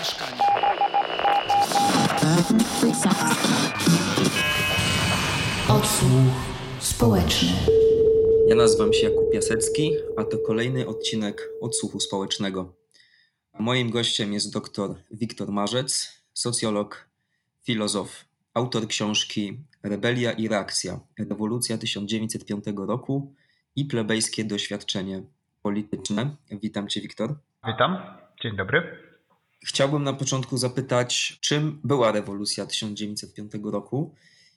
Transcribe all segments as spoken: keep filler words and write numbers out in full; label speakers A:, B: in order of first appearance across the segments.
A: mieszkania.
B: Odsłuch społeczny.
C: Ja nazywam się Jakub Piasecki, a to kolejny odcinek Odsłuchu Społecznego. Moim gościem jest dr Wiktor Marzec, socjolog, filozof, autor książki Rebelia i reakcja. Rewolucja tysiąc dziewięćset piątego roku i plebejskie doświadczenie polityczne. Witam Cię, Wiktor.
D: Witam, dzień dobry.
C: Chciałbym na początku zapytać, czym była rewolucja tysiąc dziewięćset piątego roku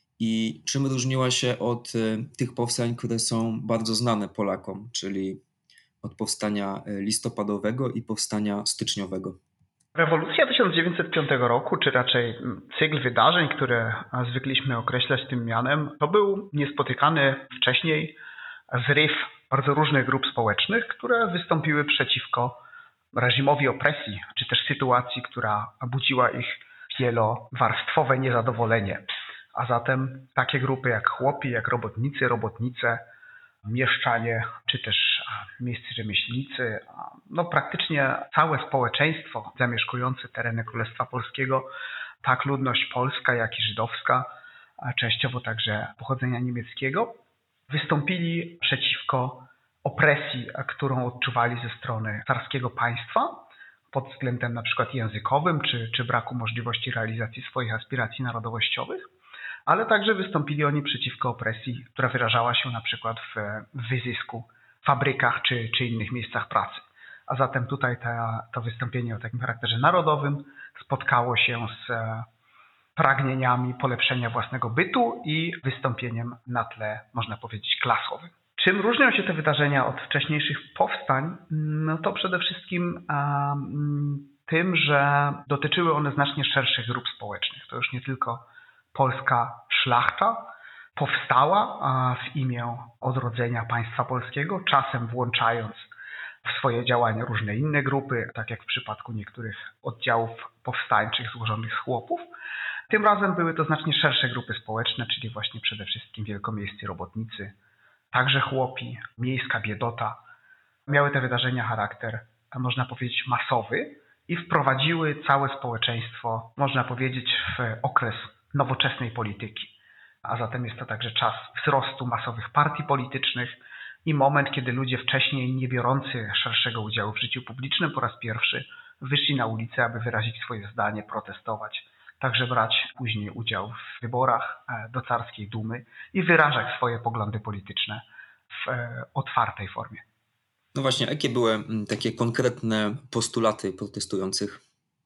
C: i czym różniła się od tych powstań, które są bardzo znane Polakom, czyli od powstania listopadowego i powstania styczniowego.
D: Rewolucja tysiąc dziewięćset piątego roku, czy raczej cykl wydarzeń, które zwykliśmy określać tym mianem, to był niespotykany wcześniej zryw bardzo różnych grup społecznych, które wystąpiły przeciwko reżimowi opresji, czy też sytuacji, która budziła ich wielowarstwowe niezadowolenie. A zatem takie grupy jak chłopi, jak robotnicy, robotnice, mieszczanie, czy też miejscy rzemieślnicy, no praktycznie całe społeczeństwo zamieszkujące tereny Królestwa Polskiego, tak ludność polska, jak i żydowska, a częściowo także pochodzenia niemieckiego, wystąpili przeciwko opresji, którą odczuwali ze strony carskiego państwa pod względem na przykład językowym, czy, czy braku możliwości realizacji swoich aspiracji narodowościowych, ale także wystąpili oni przeciwko opresji, która wyrażała się na przykład w wyzysku, fabrykach czy, czy innych miejscach pracy. A zatem tutaj ta, to wystąpienie o takim charakterze narodowym spotkało się z pragnieniami polepszenia własnego bytu i wystąpieniem na tle, można powiedzieć, klasowym. Czym różnią się te wydarzenia od wcześniejszych powstań? No to przede wszystkim um, tym, że dotyczyły one znacznie szerszych grup społecznych. To już nie tylko polska szlachta powstała w imię odrodzenia państwa polskiego, czasem włączając w swoje działania różne inne grupy, tak jak w przypadku niektórych oddziałów powstańczych złożonych z chłopów. Tym razem były to znacznie szersze grupy społeczne, czyli właśnie przede wszystkim wielkomiejscy robotnicy, także chłopi, miejska biedota. Miały te wydarzenia charakter, można powiedzieć, masowy i wprowadziły całe społeczeństwo, można powiedzieć, w okres nowoczesnej polityki. A zatem jest to także czas wzrostu masowych partii politycznych i moment, kiedy ludzie wcześniej nie biorący szerszego udziału w życiu publicznym po raz pierwszy wyszli na ulicę, aby wyrazić swoje zdanie, protestować, także brać później udział w wyborach do carskiej dumy i wyrażać swoje poglądy polityczne w otwartej formie.
C: No właśnie, jakie były takie konkretne postulaty protestujących?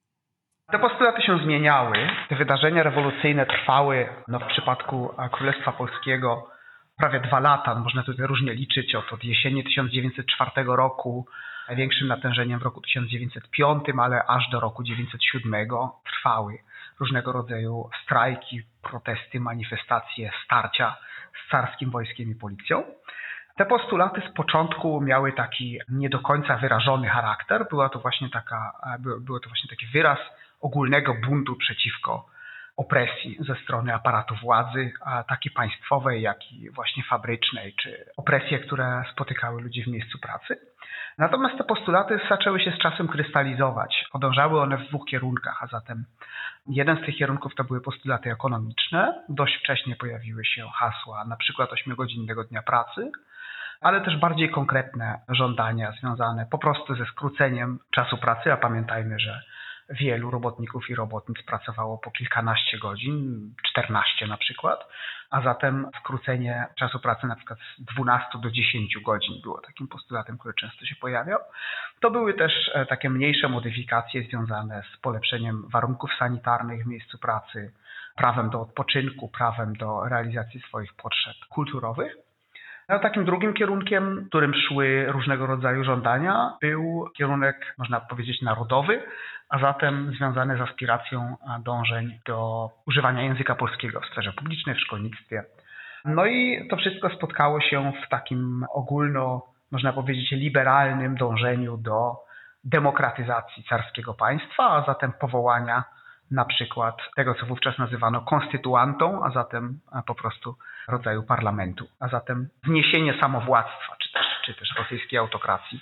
D: Te postulaty się zmieniały. Te wydarzenia rewolucyjne trwały no, w przypadku Królestwa Polskiego prawie dwa lata. No, można tutaj różnie liczyć od, od jesieni tysiąc dziewięćset czwartego roku, największym natężeniem w roku tysiąc dziewięćset piątym, ale aż do roku dziewięćset siódmego trwały różnego rodzaju strajki, protesty, manifestacje, starcia z carskim wojskiem i policją. Te postulaty z początku miały taki nie do końca wyrażony charakter. Była to właśnie taka, był to właśnie taki wyraz ogólnego buntu przeciwko opresji ze strony aparatu władzy, a takiej państwowej, jak i właśnie fabrycznej, czy opresje, które spotykały ludzi w miejscu pracy. Natomiast te postulaty zaczęły się z czasem krystalizować. Podążały one w dwóch kierunkach, a zatem jeden z tych kierunków to były postulaty ekonomiczne. Dość wcześnie pojawiły się hasła na przykład ośmiogodzinnego dnia pracy, ale też bardziej konkretne żądania związane po prostu ze skróceniem czasu pracy, a pamiętajmy, że wielu robotników i robotnic pracowało po kilkanaście godzin, czternaście na przykład, a zatem skrócenie czasu pracy na przykład z dwunastu do dziesięciu godzin było takim postulatem, który często się pojawiał. To były też takie mniejsze modyfikacje związane z polepszeniem warunków sanitarnych w miejscu pracy, prawem do odpoczynku, prawem do realizacji swoich potrzeb kulturowych. No, takim drugim kierunkiem, którym szły różnego rodzaju żądania, był kierunek, można powiedzieć, narodowy, a zatem związany z aspiracją dążeń do używania języka polskiego w sferze publicznej, w szkolnictwie. No i to wszystko spotkało się w takim ogólno, można powiedzieć, liberalnym dążeniu do demokratyzacji carskiego państwa, a zatem powołania na przykład tego, co wówczas nazywano konstytuantą, a zatem po prostu rodzaju parlamentu, a zatem zniesienie samowładztwa, czy też, czy też rosyjskiej autokracji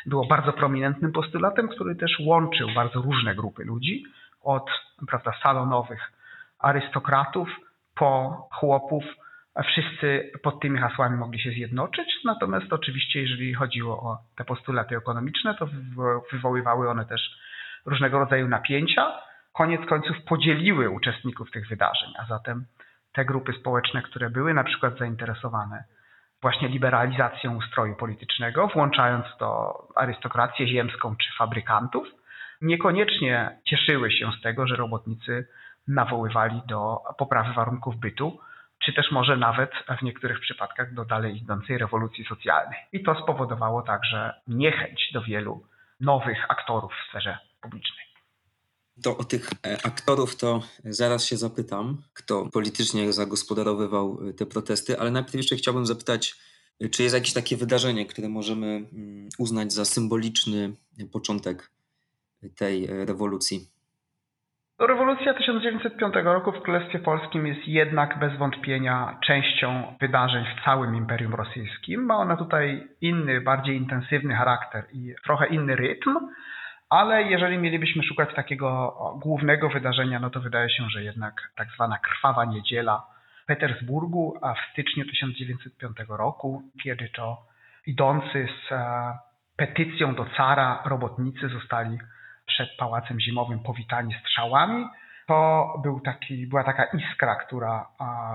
D: było bardzo prominentnym postulatem, który też łączył bardzo różne grupy ludzi, od prawda, salonowych arystokratów po chłopów. Wszyscy pod tymi hasłami mogli się zjednoczyć, natomiast oczywiście jeżeli chodziło o te postulaty ekonomiczne, to wywoływały one też różnego rodzaju napięcia. Koniec końców podzieliły uczestników tych wydarzeń, a zatem te grupy społeczne, które były na przykład zainteresowane właśnie liberalizacją ustroju politycznego, włączając to arystokrację ziemską czy fabrykantów, niekoniecznie cieszyły się z tego, że robotnicy nawoływali do poprawy warunków bytu, czy też może nawet w niektórych przypadkach do dalej idącej rewolucji socjalnej. I to spowodowało także niechęć do wielu nowych aktorów w sferze publicznej.
C: To o tych aktorów to zaraz się zapytam, kto politycznie zagospodarowywał te protesty, ale najpierw jeszcze chciałbym zapytać, czy jest jakieś takie wydarzenie, które możemy uznać za symboliczny początek tej rewolucji?
D: Rewolucja tysiąc dziewięćset piątego roku w Królestwie Polskim jest jednak bez wątpienia częścią wydarzeń w całym Imperium Rosyjskim. Ma ona tutaj inny, bardziej intensywny charakter i trochę inny rytm, ale jeżeli mielibyśmy szukać takiego głównego wydarzenia, no to wydaje się, że jednak tak zwana Krwawa Niedziela w Petersburgu, a w styczniu tysiąc dziewięćset piątego roku, kiedy to idący z petycją do cara robotnicy zostali przed Pałacem Zimowym powitani strzałami, to był taki, była taka iskra, która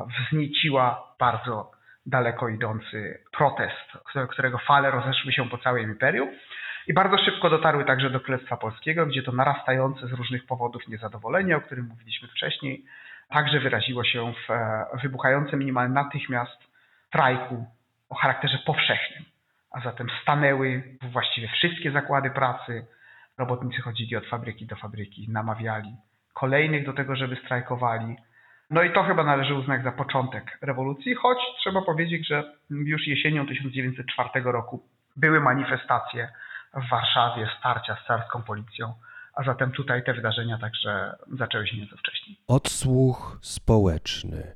D: wznieciła bardzo daleko idący protest, którego fale rozeszły się po całym imperium i bardzo szybko dotarły także do Królestwa Polskiego, gdzie to narastające z różnych powodów niezadowolenie, o którym mówiliśmy wcześniej, także wyraziło się w wybuchającym niemal natychmiast strajku o charakterze powszechnym, a zatem stanęły właściwie wszystkie zakłady pracy. Robotnicy chodzili od fabryki do fabryki, namawiali kolejnych do tego, żeby strajkowali. No i to chyba należy uznać za początek rewolucji, choć trzeba powiedzieć, że już jesienią tysiąc dziewięćset czwartego roku były manifestacje w Warszawie, starcia z carską policją, a zatem tutaj te wydarzenia także zaczęły się nieco wcześniej.
A: Odsłuch społeczny.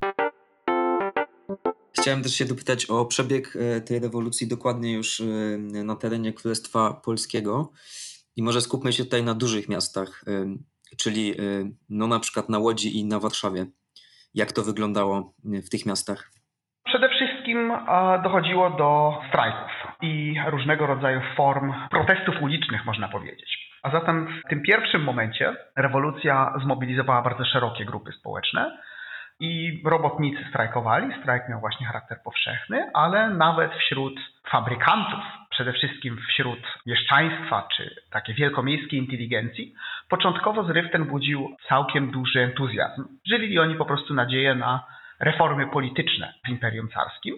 C: Chciałem też się dopytać o przebieg tej rewolucji dokładnie już na terenie Królestwa Polskiego. I może skupmy się tutaj na dużych miastach, czyli no na przykład na Łodzi i na Warszawie. Jak to wyglądało w tych miastach?
D: Przede wszystkim dochodziło do strajków i różnego rodzaju form protestów ulicznych, można powiedzieć. A zatem w tym pierwszym momencie rewolucja zmobilizowała bardzo szerokie grupy społeczne i robotnicy strajkowali. Strajk miał właśnie charakter powszechny, ale nawet wśród fabrykantów, przede wszystkim wśród mieszczaństwa czy takiej wielkomiejskiej inteligencji, początkowo zryw ten budził całkiem duży entuzjazm. Żyli oni po prostu nadzieję na reformy polityczne w Imperium Carskim.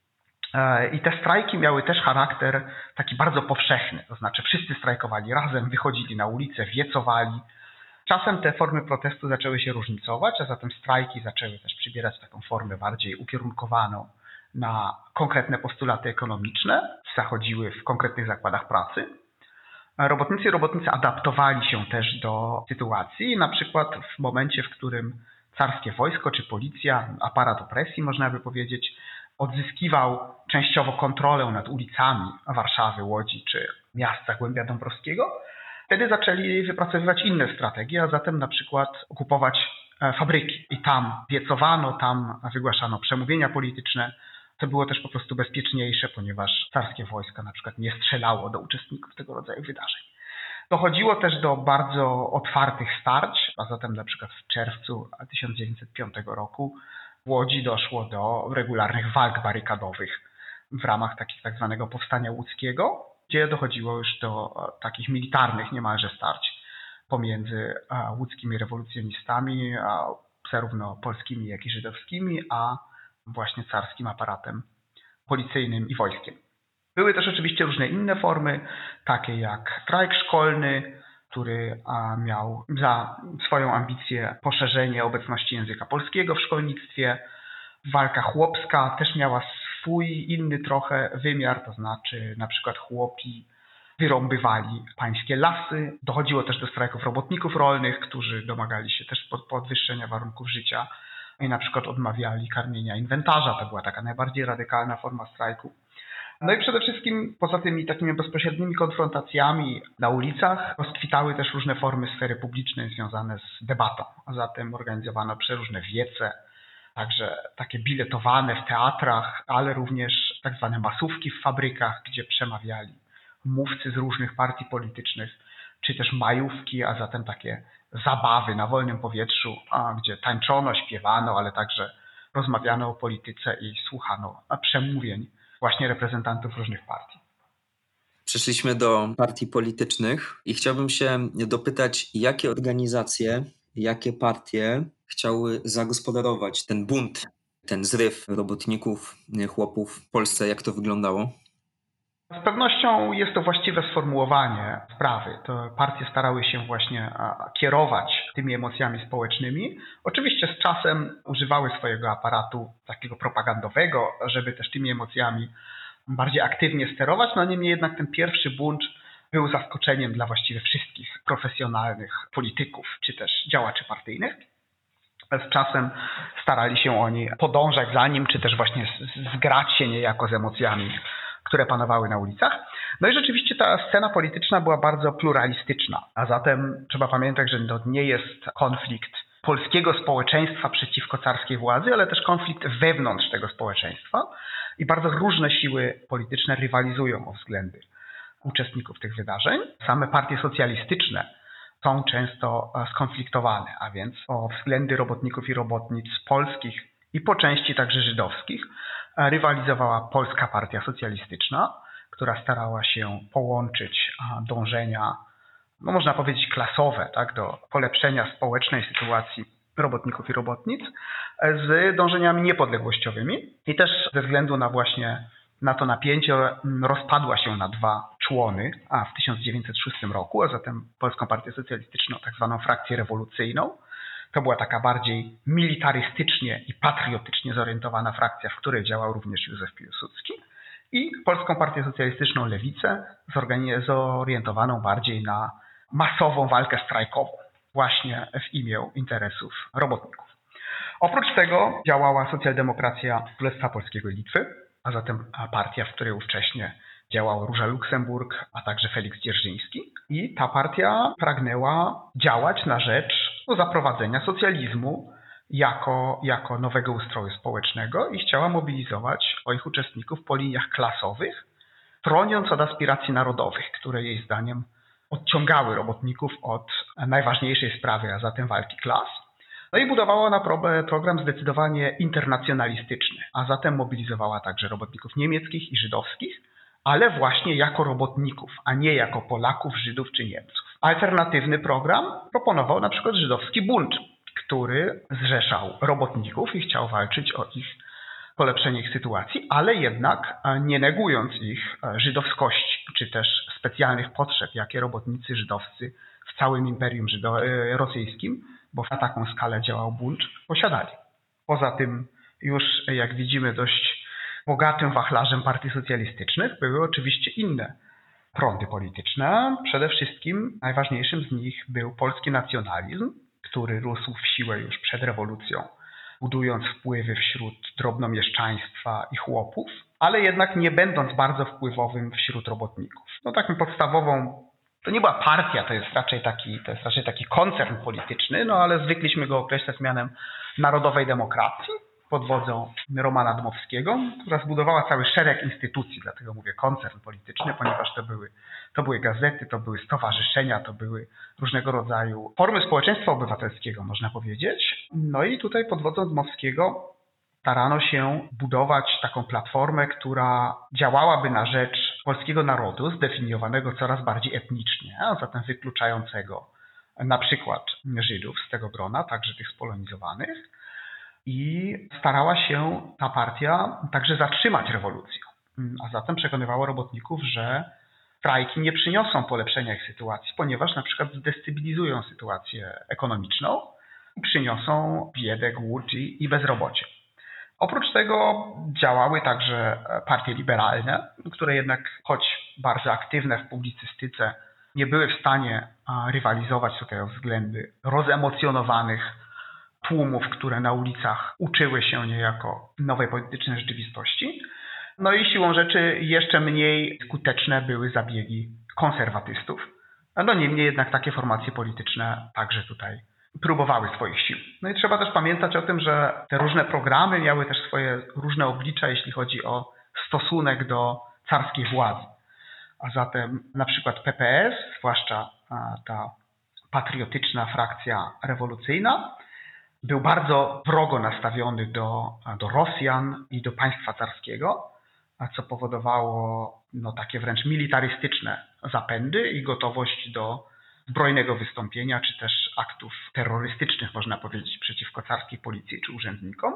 D: I te strajki miały też charakter taki bardzo powszechny, to znaczy wszyscy strajkowali razem, wychodzili na ulicę, wiecowali. Czasem te formy protestu zaczęły się różnicować, a zatem strajki zaczęły też przybierać taką formę bardziej ukierunkowaną na konkretne postulaty ekonomiczne, zachodziły w konkretnych zakładach pracy. Robotnicy i robotnicy adaptowali się też do sytuacji, na przykład w momencie, w którym carskie wojsko czy policja, aparat opresji można by powiedzieć, odzyskiwał częściowo kontrolę nad ulicami Warszawy, Łodzi czy miast Zagłębia Dąbrowskiego. Wtedy zaczęli wypracowywać inne strategie, a zatem na przykład okupować fabryki. I tam wiecowano, tam wygłaszano przemówienia polityczne. To było też po prostu bezpieczniejsze, ponieważ carskie wojsko na przykład nie strzelało do uczestników tego rodzaju wydarzeń. Dochodziło też do bardzo otwartych starć, a zatem na przykład w czerwcu tysiąc dziewięćset piątego roku w Łodzi doszło do regularnych walk barykadowych w ramach takich tak zwanego powstania łódzkiego, gdzie dochodziło już do takich militarnych niemalże starć pomiędzy łódzkimi rewolucjonistami, zarówno polskimi, jak i żydowskimi, a właśnie carskim aparatem policyjnym i wojskiem. Były też oczywiście różne inne formy, takie jak strajk szkolny, który miał za swoją ambicję poszerzenie obecności języka polskiego w szkolnictwie. Walka chłopska też miała swój inny trochę wymiar, to znaczy na przykład chłopi wyrąbywali pańskie lasy. Dochodziło też do strajków robotników rolnych, którzy domagali się też podwyższenia warunków życia i na przykład odmawiali karmienia inwentarza. To była taka najbardziej radykalna forma strajku. No i przede wszystkim poza tymi takimi bezpośrednimi konfrontacjami na ulicach rozkwitały też różne formy sfery publicznej związane z debatą, a zatem organizowano przeróżne wiece, także takie biletowane w teatrach, ale również tak zwane masówki w fabrykach, gdzie przemawiali mówcy z różnych partii politycznych, czy też majówki, a zatem takie zabawy na wolnym powietrzu, a gdzie tańczono, śpiewano, ale także rozmawiano o polityce i słuchano przemówień właśnie reprezentantów różnych partii.
C: Przeszliśmy do partii politycznych i chciałbym się dopytać, jakie organizacje, jakie partie chciały zagospodarować ten bunt, ten zryw robotników, chłopów w Polsce, jak to wyglądało?
D: Z pewnością jest to właściwe sformułowanie sprawy. To partie starały się właśnie kierować tymi emocjami społecznymi. Oczywiście z czasem używały swojego aparatu takiego propagandowego, żeby też tymi emocjami bardziej aktywnie sterować. No niemniej jednak ten pierwszy bunt był zaskoczeniem dla właściwie wszystkich profesjonalnych polityków czy też działaczy partyjnych. Z czasem starali się oni podążać za nim, czy też właśnie zgrać się niejako z emocjami, które panowały na ulicach. No i rzeczywiście ta scena polityczna była bardzo pluralistyczna, a zatem trzeba pamiętać, że to nie jest konflikt polskiego społeczeństwa przeciwko carskiej władzy, ale też konflikt wewnątrz tego społeczeństwa i bardzo różne siły polityczne rywalizują o względy uczestników tych wydarzeń. Same partie socjalistyczne są często skonfliktowane, a więc o względy robotników i robotnic polskich i po części także żydowskich rywalizowała Polska Partia Socjalistyczna, która starała się połączyć dążenia, no można powiedzieć klasowe, tak, do polepszenia społecznej sytuacji robotników i robotnic z dążeniami niepodległościowymi. I też ze względu na właśnie na to napięcie rozpadła się na dwa człony, a w tysiąc dziewięćset szóstym roku, a zatem Polską Partię Socjalistyczną, tak zwaną frakcję rewolucyjną. To była taka bardziej militarystycznie i patriotycznie zorientowana frakcja, w której działał również Józef Piłsudski, i Polską Partię Socjalistyczną Lewicę, zorientowaną bardziej na masową walkę strajkową, właśnie w imię interesów robotników. Oprócz tego działała socjaldemokracja Królestwa Polskiego i Litwy, a zatem partia, w której ówcześnie działał Róża Luksemburg, a także Feliks Dzierżyński. I ta partia pragnęła działać na rzecz no, zaprowadzenia socjalizmu jako, jako nowego ustroju społecznego i chciała mobilizować swoich uczestników po liniach klasowych, chroniąc od aspiracji narodowych, które jej zdaniem odciągały robotników od najważniejszej sprawy, a zatem walki klas. No i budowała na program zdecydowanie internacjonalistyczny, a zatem mobilizowała także robotników niemieckich i żydowskich, ale właśnie jako robotników, a nie jako Polaków, Żydów czy Niemców. Alternatywny program proponował na przykład żydowski bunt, który zrzeszał robotników i chciał walczyć o ich polepszenie ich sytuacji, ale jednak nie negując ich żydowskości, czy też specjalnych potrzeb, jakie robotnicy żydowscy w całym Imperium Żydo- Rosyjskim, bo na taką skalę działał bunt, posiadali. Poza tym już, jak widzimy, dość bogatym wachlarzem partii socjalistycznych były oczywiście inne prądy polityczne. Przede wszystkim najważniejszym z nich był polski nacjonalizm, który rósł w siłę już przed rewolucją, budując wpływy wśród drobnomieszczaństwa i chłopów, ale jednak nie będąc bardzo wpływowym wśród robotników. No taką podstawową, to nie była partia, to jest raczej taki, to jest raczej taki koncern polityczny, no ale zwykliśmy go określać mianem Narodowej Demokracji pod wodzą Romana Dmowskiego, która zbudowała cały szereg instytucji, dlatego mówię koncern polityczny, ponieważ to były, to były gazety, to były stowarzyszenia, to były różnego rodzaju formy społeczeństwa obywatelskiego, można powiedzieć. No i tutaj pod wodzą Dmowskiego starano się budować taką platformę, która działałaby na rzecz polskiego narodu, zdefiniowanego coraz bardziej etnicznie, a zatem wykluczającego na przykład Żydów z tego grona, także tych spolonizowanych. I starała się ta partia także zatrzymać rewolucję, a zatem przekonywała robotników, że strajki nie przyniosą polepszenia ich sytuacji, ponieważ na przykład zdestabilizują sytuację ekonomiczną i przyniosą biedę, głód i, i bezrobocie. Oprócz tego działały także partie liberalne, które jednak, choć bardzo aktywne w publicystyce, nie były w stanie rywalizować tutaj o względy rozemocjonowanych tłumów, które na ulicach uczyły się niejako nowej politycznej rzeczywistości. No i siłą rzeczy jeszcze mniej skuteczne były zabiegi konserwatystów. No niemniej jednak takie formacje polityczne także tutaj próbowały swoich sił. No i trzeba też pamiętać o tym, że te różne programy miały też swoje różne oblicza, jeśli chodzi o stosunek do carskiej władzy. A zatem na przykład P P S, zwłaszcza ta patriotyczna frakcja rewolucyjna, był bardzo wrogo nastawiony do, do Rosjan i do państwa carskiego, co powodowało no, takie wręcz militarystyczne zapędy i gotowość do zbrojnego wystąpienia, czy też aktów terrorystycznych, można powiedzieć, przeciwko carskiej policji czy urzędnikom.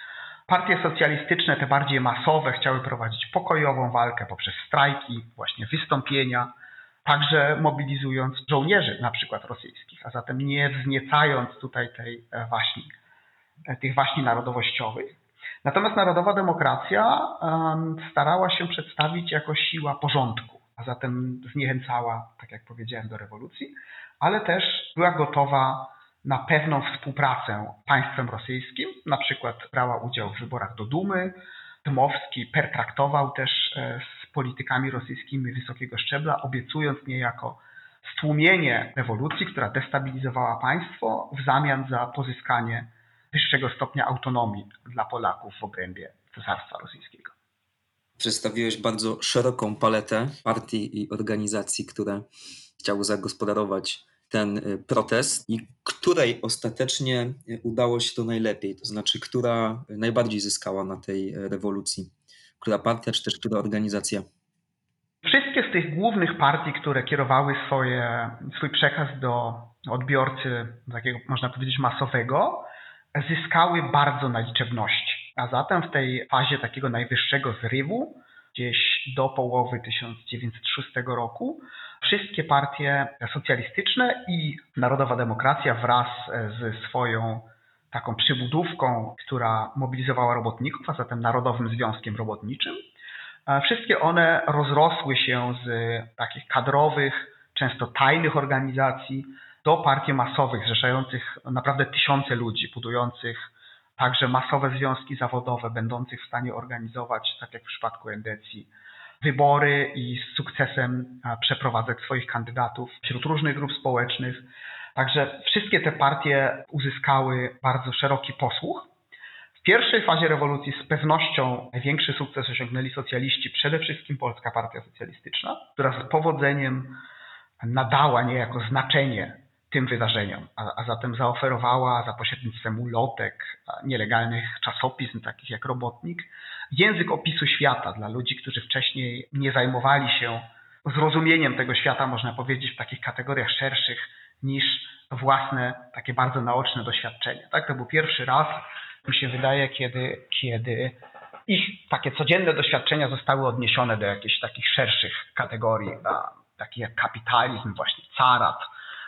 D: Partie socjalistyczne, te bardziej masowe, chciały prowadzić pokojową walkę poprzez strajki, właśnie wystąpienia, także mobilizując żołnierzy na przykład rosyjskich, a zatem nie wzniecając tutaj tej waśni, tych waśni narodowościowych. Natomiast narodowa demokracja starała się przedstawić jako siła porządku, a zatem zniechęcała, tak jak powiedziałem, do rewolucji, ale też była gotowa na pewną współpracę z państwem rosyjskim, na przykład brała udział w wyborach do Dumy. Dmowski pertraktował też z politykami rosyjskimi wysokiego szczebla, obiecując niejako stłumienie rewolucji, która destabilizowała państwo w zamian za pozyskanie wyższego stopnia autonomii dla Polaków w obrębie Cesarstwa Rosyjskiego.
C: Przedstawiłeś bardzo szeroką paletę partii i organizacji, które chciały zagospodarować ten protest i której ostatecznie udało się to najlepiej, to znaczy która najbardziej zyskała na tej rewolucji, która partia czy też która organizacja?
D: Wszystkie z tych głównych partii, które kierowały swoje, swój przekaz do odbiorcy takiego, można powiedzieć, masowego, zyskały bardzo na liczebności. A zatem w tej fazie takiego najwyższego zrywu, gdzieś do połowy tysiąc dziewięćset szóstego roku, wszystkie partie socjalistyczne i Narodowa Demokracja wraz ze swoją taką przybudówką, która mobilizowała robotników, a zatem Narodowym Związkiem Robotniczym, wszystkie one rozrosły się z takich kadrowych, często tajnych organizacji do partii masowych, zrzeszających naprawdę tysiące ludzi, budujących także masowe związki zawodowe, będących w stanie organizować, tak jak w przypadku Endecji, wybory i z sukcesem przeprowadzać swoich kandydatów wśród różnych grup społecznych. Także wszystkie te partie uzyskały bardzo szeroki posłuch. W pierwszej fazie rewolucji z pewnością największy sukces osiągnęli socjaliści, przede wszystkim Polska Partia Socjalistyczna, która z powodzeniem nadała niejako znaczenie tym wydarzeniom, a, a zatem zaoferowała za pośrednictwem ulotek, nielegalnych czasopism, takich jak Robotnik, język opisu świata dla ludzi, którzy wcześniej nie zajmowali się zrozumieniem tego świata, można powiedzieć, w takich kategoriach szerszych niż własne, takie bardzo naoczne doświadczenia. Tak? To był pierwszy raz, mi się wydaje, kiedy, kiedy ich takie codzienne doświadczenia zostały odniesione do jakichś takich szerszych kategorii, a, takich jak kapitalizm, właśnie carat,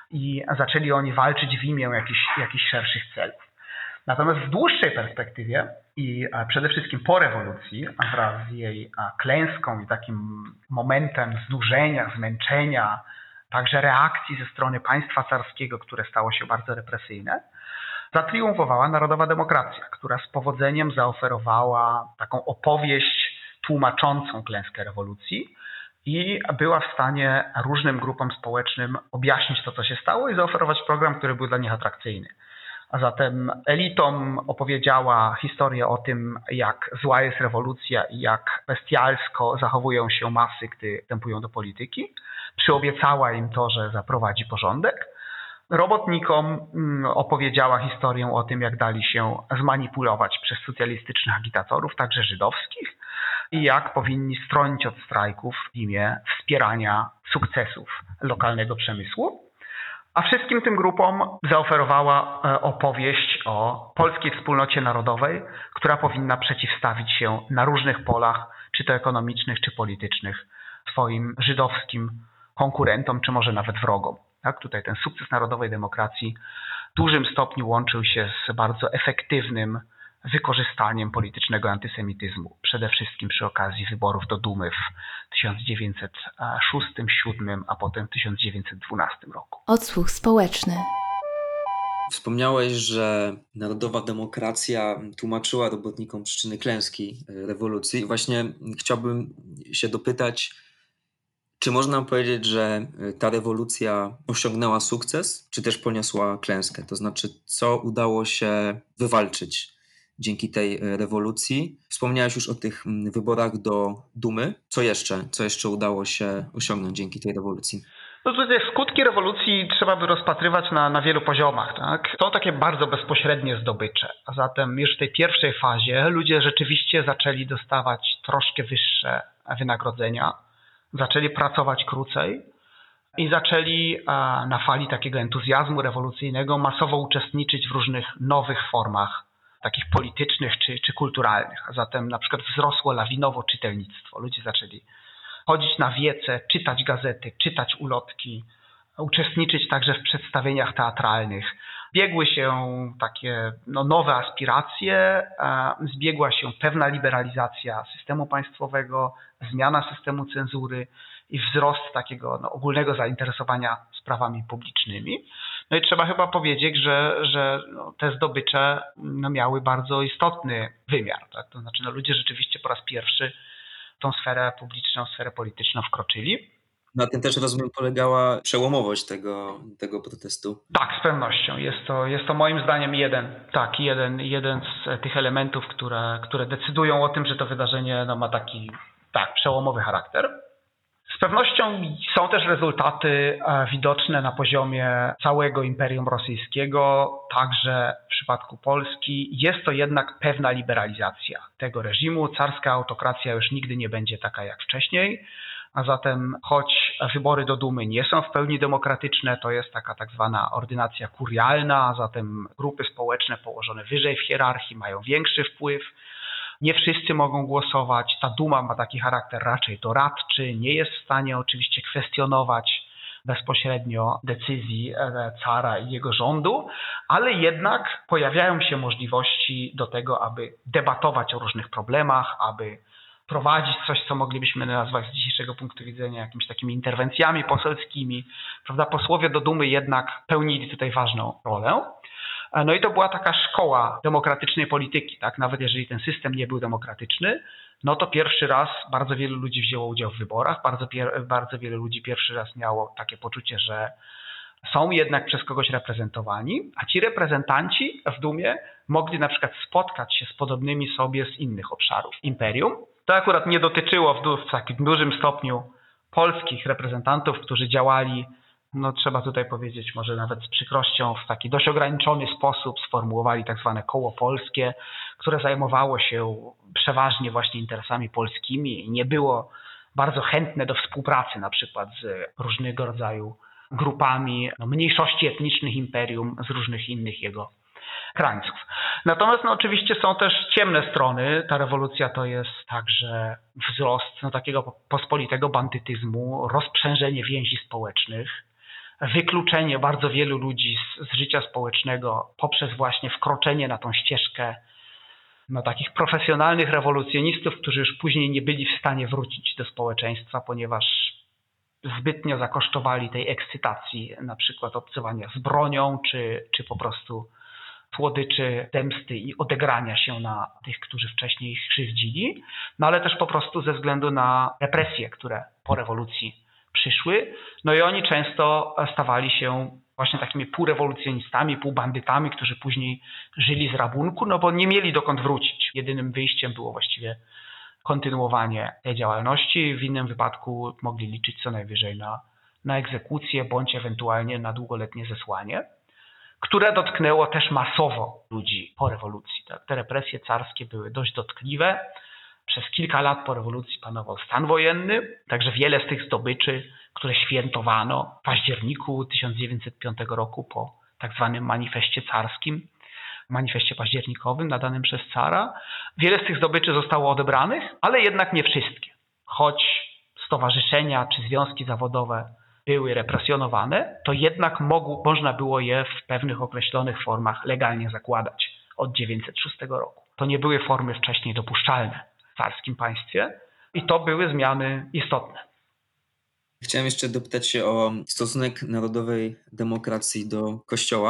D: i zaczęli oni walczyć w imię jakichś, jakichś szerszych celów. Natomiast w dłuższej perspektywie i przede wszystkim po rewolucji, wraz z jej klęską i takim momentem znużenia, zmęczenia, także reakcji ze strony państwa carskiego, które stało się bardzo represyjne, zatriumfowała Narodowa Demokracja, która z powodzeniem zaoferowała taką opowieść tłumaczącą klęskę rewolucji i była w stanie różnym grupom społecznym objaśnić to, co się stało i zaoferować program, który był dla nich atrakcyjny. A zatem elitom opowiedziała historię o tym, jak zła jest rewolucja i jak bestialsko zachowują się masy, gdy wstępują do polityki. Przyobiecała im to, że zaprowadzi porządek. Robotnikom opowiedziała historię o tym, jak dali się zmanipulować przez socjalistycznych agitatorów, także żydowskich, i jak powinni stronić od strajków w imię wspierania sukcesów lokalnego przemysłu. A wszystkim tym grupom zaoferowała opowieść o polskiej wspólnocie narodowej, która powinna przeciwstawić się na różnych polach, czy to ekonomicznych, czy politycznych, swoim żydowskim konkurentom, czy może nawet wrogom. Tak? Tutaj ten sukces narodowej demokracji w dużym stopniu łączył się z bardzo efektywnym wykorzystaniem politycznego antysemityzmu, przede wszystkim przy okazji wyborów do Dumy w tysiąc dziewięćset szóstym, siódmym, a potem tysiąc dziewięćset dwunastym roku.
B: Odsłuch społeczny.
C: Wspomniałeś, że narodowa demokracja tłumaczyła robotnikom przyczyny klęski rewolucji. Właśnie chciałbym się dopytać, czy można powiedzieć, że ta rewolucja osiągnęła sukces, czy też poniosła klęskę? To znaczy, co udało się wywalczyć dzięki tej rewolucji? Wspomniałeś już o tych wyborach do Dumy. Co jeszcze? Co jeszcze udało się osiągnąć dzięki tej rewolucji?
D: No tutaj skutki rewolucji trzeba by rozpatrywać na, na wielu poziomach. Tak? Są takie bardzo bezpośrednie zdobycze. A zatem już w tej pierwszej fazie ludzie rzeczywiście zaczęli dostawać troszkę wyższe wynagrodzenia, zaczęli pracować krócej i zaczęli na fali takiego entuzjazmu rewolucyjnego masowo uczestniczyć w różnych nowych formach, takich politycznych czy, czy kulturalnych. A zatem na przykład wzrosło lawinowo czytelnictwo. Ludzie zaczęli chodzić na wiece, czytać gazety, czytać ulotki, uczestniczyć także w przedstawieniach teatralnych. Zbiegły się takie no, nowe aspiracje, zbiegła się pewna liberalizacja systemu państwowego, zmiana systemu cenzury i wzrost takiego no, ogólnego zainteresowania sprawami publicznymi. No i trzeba chyba powiedzieć, że, że no, te zdobycze no, miały bardzo istotny wymiar. Tak? To znaczy no, ludzie rzeczywiście po raz pierwszy w tą sferę publiczną, sferę polityczną wkroczyli.
C: Na tym też, rozumiem, polegała przełomowość tego, tego protestu.
D: Tak, z pewnością. Jest to, jest to moim zdaniem jeden, tak, jeden, jeden z tych elementów, które, które decydują o tym, że to wydarzenie no, ma taki tak, przełomowy charakter. Z pewnością są też rezultaty widoczne na poziomie całego Imperium Rosyjskiego, także w przypadku Polski. Jest to jednak pewna liberalizacja tego reżimu. Carska autokracja już nigdy nie będzie taka jak wcześniej, a zatem choć wybory do Dumy nie są w pełni demokratyczne, to jest taka tak zwana ordynacja kurialna, a zatem grupy społeczne położone wyżej w hierarchii mają większy wpływ. Nie wszyscy mogą głosować. Ta Duma ma taki charakter raczej doradczy, nie jest w stanie oczywiście kwestionować bezpośrednio decyzji cara i jego rządu, ale jednak pojawiają się możliwości do tego, aby debatować o różnych problemach, aby prowadzić coś, co moglibyśmy nazwać z dzisiejszego punktu widzenia jakimiś takimi interwencjami poselskimi. Prawda? Posłowie do Dumy jednak pełnili tutaj ważną rolę. No i to była taka szkoła demokratycznej polityki, tak? Nawet jeżeli ten system nie był demokratyczny, no to pierwszy raz bardzo wielu ludzi wzięło udział w wyborach, bardzo, bardzo wielu ludzi pierwszy raz miało takie poczucie, że są jednak przez kogoś reprezentowani, a ci reprezentanci w Dumie mogli na przykład spotkać się z podobnymi sobie z innych obszarów imperium. To akurat nie dotyczyło w, w takim dużym stopniu polskich reprezentantów, którzy działali, no trzeba tutaj powiedzieć może nawet z przykrością, w taki dość ograniczony sposób sformułowali tak zwane koło polskie, które zajmowało się przeważnie właśnie interesami polskimi i nie było bardzo chętne do współpracy na przykład z różnego rodzaju grupami no, mniejszości etnicznych imperium z różnych innych jego krańców. Natomiast no, oczywiście są też ciemne strony. Ta rewolucja to jest także wzrost no, takiego pospolitego bandytyzmu, rozprzężenie więzi społecznych, wykluczenie bardzo wielu ludzi z, z życia społecznego poprzez właśnie wkroczenie na tą ścieżkę no, takich profesjonalnych rewolucjonistów, którzy już później nie byli w stanie wrócić do społeczeństwa, ponieważ zbytnio zakosztowali tej ekscytacji, na przykład obcowania z bronią, czy, czy po prostu słodyczy zemsty i odegrania się na tych, którzy wcześniej ich krzywdzili, no ale też po prostu ze względu na represje, które po rewolucji przyszły. No i oni często stawali się właśnie takimi półrewolucjonistami, półbandytami, którzy później żyli z rabunku, no bo nie mieli dokąd wrócić. Jedynym wyjściem było właściwie kontynuowanie tej działalności. W innym wypadku mogli liczyć co najwyżej na, na egzekucję bądź ewentualnie na długoletnie zesłanie, które dotknęło też masowo ludzi po rewolucji. Tak? Te represje carskie były dość dotkliwe. Przez kilka lat po rewolucji panował stan wojenny, także wiele z tych zdobyczy, które świętowano w październiku tysiąc dziewięćset piątego roku po tak zwanym manifestie carskim, manifestie październikowym nadanym przez cara, wiele z tych zdobyczy zostało odebranych, ale jednak nie wszystkie. Choć stowarzyszenia czy związki zawodowe były represjonowane, to jednak mogło, można było je w pewnych określonych formach legalnie zakładać od tysiąc dziewięćset szóstego roku. To nie były formy wcześniej dopuszczalne w carskim państwie i to były zmiany istotne.
C: Chciałem jeszcze dopytać się o stosunek narodowej demokracji do Kościoła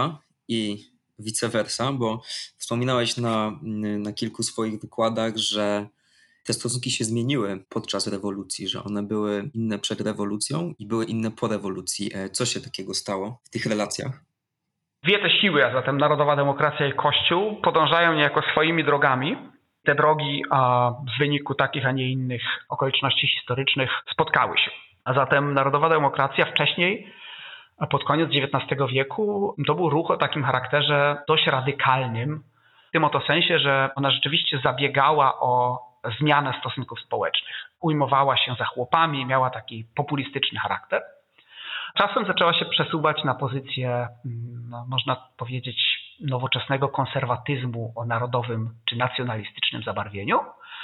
C: i vice versa, bo wspominałeś na, na kilku swoich wykładach, że te stosunki się zmieniły podczas rewolucji, że one były inne przed rewolucją i były inne po rewolucji. Co się takiego stało w tych relacjach?
D: Dwie te siły, a zatem narodowa demokracja i Kościół, podążają niejako swoimi drogami. Te drogi a w wyniku takich, a nie innych okoliczności historycznych spotkały się. A zatem narodowa demokracja wcześniej, pod koniec dziewiętnastego wieku, to był ruch o takim charakterze dość radykalnym, w tym oto sensie, że ona rzeczywiście zabiegała o zmianę stosunków społecznych. Ujmowała się za chłopami, miała taki populistyczny charakter. Czasem zaczęła się przesuwać na pozycję, no, można powiedzieć, nowoczesnego konserwatyzmu o narodowym czy nacjonalistycznym zabarwieniu.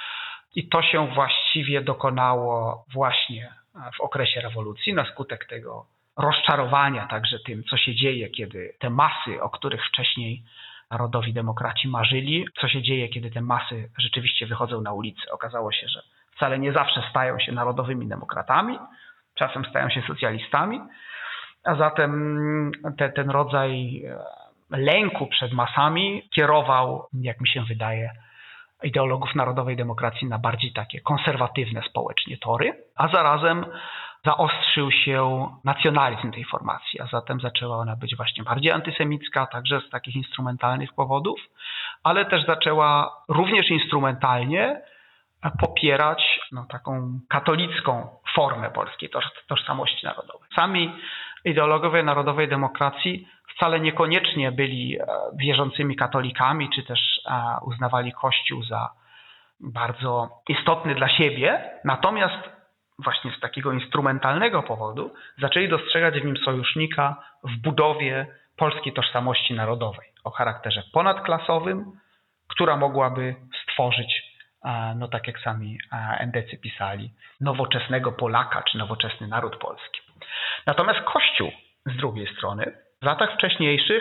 D: I to się właściwie dokonało właśnie w okresie rewolucji na skutek tego rozczarowania także tym, co się dzieje, kiedy te masy, o których wcześniej narodowi demokraci marzyli, co się dzieje, kiedy te masy rzeczywiście wychodzą na ulicę. Okazało się, że wcale nie zawsze stają się narodowymi demokratami, czasem stają się socjalistami, a zatem te, ten rodzaj lęku przed masami kierował, jak mi się wydaje, ideologów narodowej demokracji na bardziej takie konserwatywne społecznie tory, a zarazem zaostrzył się nacjonalizm tej formacji, a zatem zaczęła ona być właśnie bardziej antysemicka, także z takich instrumentalnych powodów, ale też zaczęła również instrumentalnie popierać no, taką katolicką formę polskiej toż- tożsamości narodowej. Sami ideologowie narodowej demokracji wcale niekoniecznie byli wierzącymi katolikami, czy też uznawali Kościół za bardzo istotny dla siebie, natomiast właśnie z takiego instrumentalnego powodu zaczęli dostrzegać w nim sojusznika w budowie polskiej tożsamości narodowej o charakterze ponadklasowym, która mogłaby stworzyć, no tak jak sami endecy pisali, nowoczesnego Polaka czy nowoczesny naród polski. Natomiast Kościół z drugiej strony w latach wcześniejszych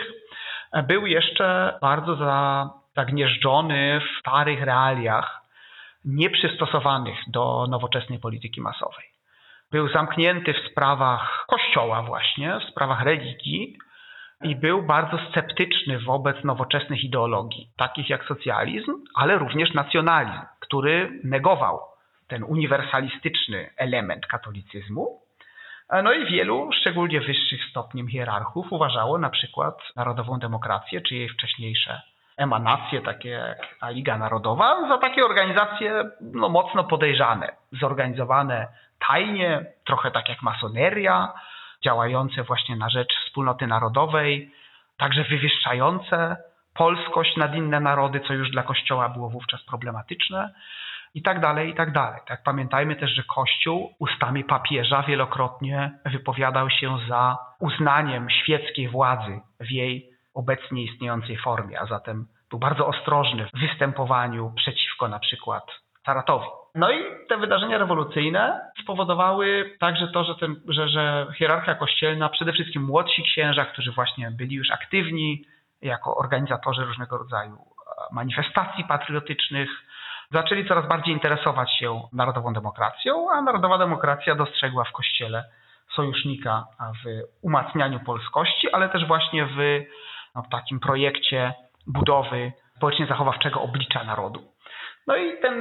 D: był jeszcze bardzo za, zagnieżdżony w starych realiach, nieprzystosowanych do nowoczesnej polityki masowej. Był zamknięty w sprawach Kościoła właśnie, w sprawach religii i był bardzo sceptyczny wobec nowoczesnych ideologii, takich jak socjalizm, ale również nacjonalizm, który negował ten uniwersalistyczny element katolicyzmu. No i wielu, szczególnie wyższych stopniem hierarchów, uważało na przykład narodową demokrację, czy jej wcześniejsze emanacje, takie jak ta Liga Narodowa, za takie organizacje no, mocno podejrzane, zorganizowane tajnie, trochę tak jak masoneria, działające właśnie na rzecz wspólnoty narodowej, także wywyższające polskość nad inne narody, co już dla Kościoła było wówczas problematyczne i tak dalej, i tak dalej. Tak, pamiętajmy też, że Kościół ustami papieża wielokrotnie wypowiadał się za uznaniem świeckiej władzy w jej obecnie istniejącej formie, a zatem był bardzo ostrożny w występowaniu przeciwko na przykład caratowi. No i te wydarzenia rewolucyjne spowodowały także to, że, ten, że, że hierarchia kościelna, przede wszystkim młodsi księża, którzy właśnie byli już aktywni jako organizatorzy różnego rodzaju manifestacji patriotycznych, zaczęli coraz bardziej interesować się narodową demokracją, a narodowa demokracja dostrzegła w Kościele sojusznika w umacnianiu polskości, ale też właśnie w, no, w takim projekcie budowy społecznie zachowawczego oblicza narodu. No i ten,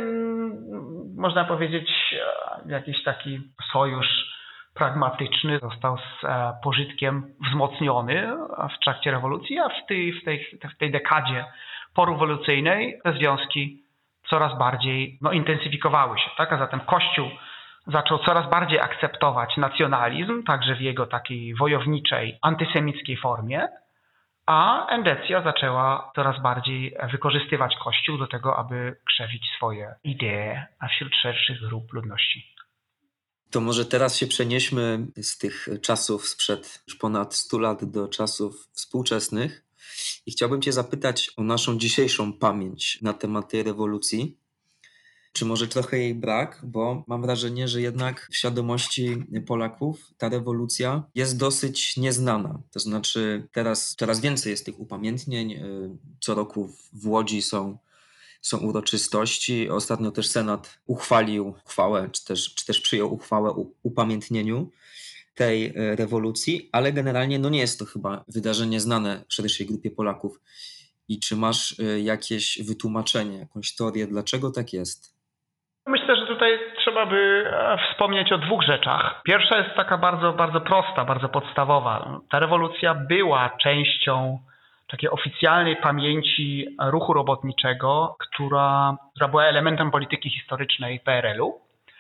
D: można powiedzieć, jakiś taki sojusz pragmatyczny został z pożytkiem wzmocniony w trakcie rewolucji, a w tej, w tej, w tej dekadzie porewolucyjnej te związki coraz bardziej no, intensyfikowały się. Tak? A zatem Kościół zaczął coraz bardziej akceptować nacjonalizm, także w jego takiej wojowniczej, antysemickiej formie, a endecja zaczęła coraz bardziej wykorzystywać Kościół do tego, aby krzewić swoje idee wśród szerszych grup ludności.
C: To może teraz się przenieśmy z tych czasów sprzed już ponad stu lat do czasów współczesnych i chciałbym Cię zapytać o naszą dzisiejszą pamięć na temat tej rewolucji. Czy może trochę jej brak, bo mam wrażenie, że jednak w świadomości Polaków ta rewolucja jest dosyć nieznana. To znaczy teraz coraz więcej jest tych upamiętnień. Co roku w Łodzi są, są uroczystości. Ostatnio też Senat uchwalił uchwałę, czy też, czy też przyjął uchwałę o upamiętnieniu tej e, rewolucji, ale generalnie no nie jest to chyba wydarzenie znane szerszej grupie Polaków. I czy masz e, jakieś wytłumaczenie, jakąś teorię, dlaczego tak jest?
D: Myślę, że tutaj trzeba by e, wspomnieć o dwóch rzeczach. Pierwsza jest taka bardzo, bardzo prosta, bardzo podstawowa. Ta rewolucja była częścią takiej oficjalnej pamięci ruchu robotniczego, która, która była elementem polityki historycznej P R L-u.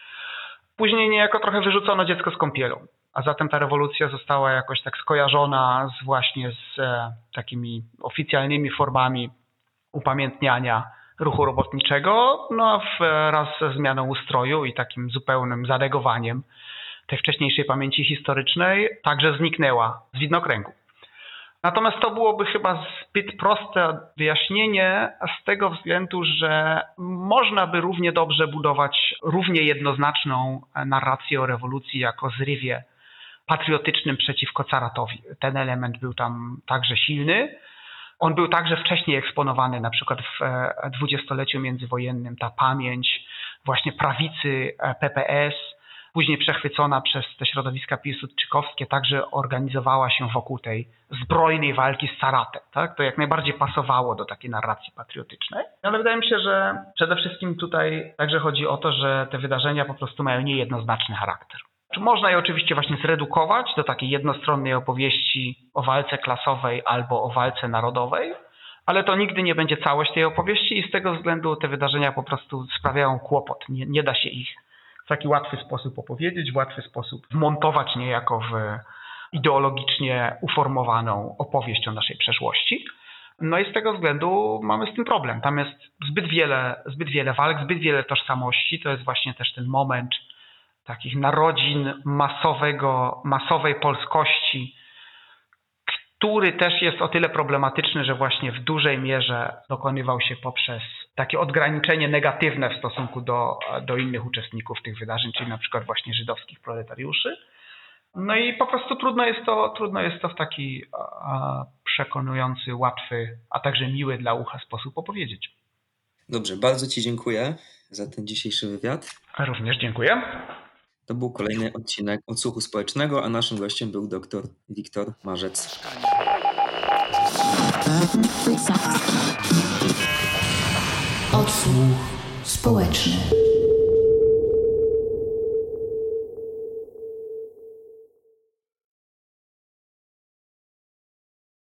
D: Później niejako trochę wyrzucono dziecko z kąpielą, a zatem ta rewolucja została jakoś tak skojarzona z właśnie z e, takimi oficjalnymi formami upamiętniania ruchu robotniczego, no a wraz ze zmianą ustroju i takim zupełnym zanegowaniem tej wcześniejszej pamięci historycznej także zniknęła z widnokręgu. Natomiast to byłoby chyba zbyt proste wyjaśnienie z tego względu, że można by równie dobrze budować równie jednoznaczną narrację o rewolucji jako zrywie patriotycznym przeciwko caratowi. Ten element był tam także silny. On był także wcześniej eksponowany, na przykład w dwudziestoleciu międzywojennym, ta pamięć właśnie prawicy P P S, później przechwycona przez te środowiska piłsudczykowskie, także organizowała się wokół tej zbrojnej walki z caratem. Tak? To jak najbardziej pasowało do takiej narracji patriotycznej. Ale wydaje mi się, że przede wszystkim tutaj także chodzi o to, że te wydarzenia po prostu mają niejednoznaczny charakter. Można je oczywiście właśnie zredukować do takiej jednostronnej opowieści o walce klasowej albo o walce narodowej, ale to nigdy nie będzie całość tej opowieści i z tego względu te wydarzenia po prostu sprawiają kłopot. Nie, nie da się ich w taki łatwy sposób opowiedzieć, w łatwy sposób wmontować niejako w ideologicznie uformowaną opowieść o naszej przeszłości. No i z tego względu mamy z tym problem. Tam jest zbyt wiele, zbyt wiele walk, zbyt wiele tożsamości. To jest właśnie też ten moment takich narodzin masowego, masowej polskości, który też jest o tyle problematyczny, że właśnie w dużej mierze dokonywał się poprzez takie odgraniczenie negatywne w stosunku do, do innych uczestników tych wydarzeń, czyli na przykład właśnie żydowskich proletariuszy. No i po prostu trudno jest to, trudno jest to w taki a, przekonujący, łatwy, a także miły dla ucha sposób opowiedzieć.
C: Dobrze, bardzo Ci dziękuję za ten dzisiejszy wywiad.
D: Również dziękuję.
C: To był kolejny odcinek Odsłuchu Społecznego, a naszym gościem był dr Wiktor Marzec.
B: Odsłuch społeczny.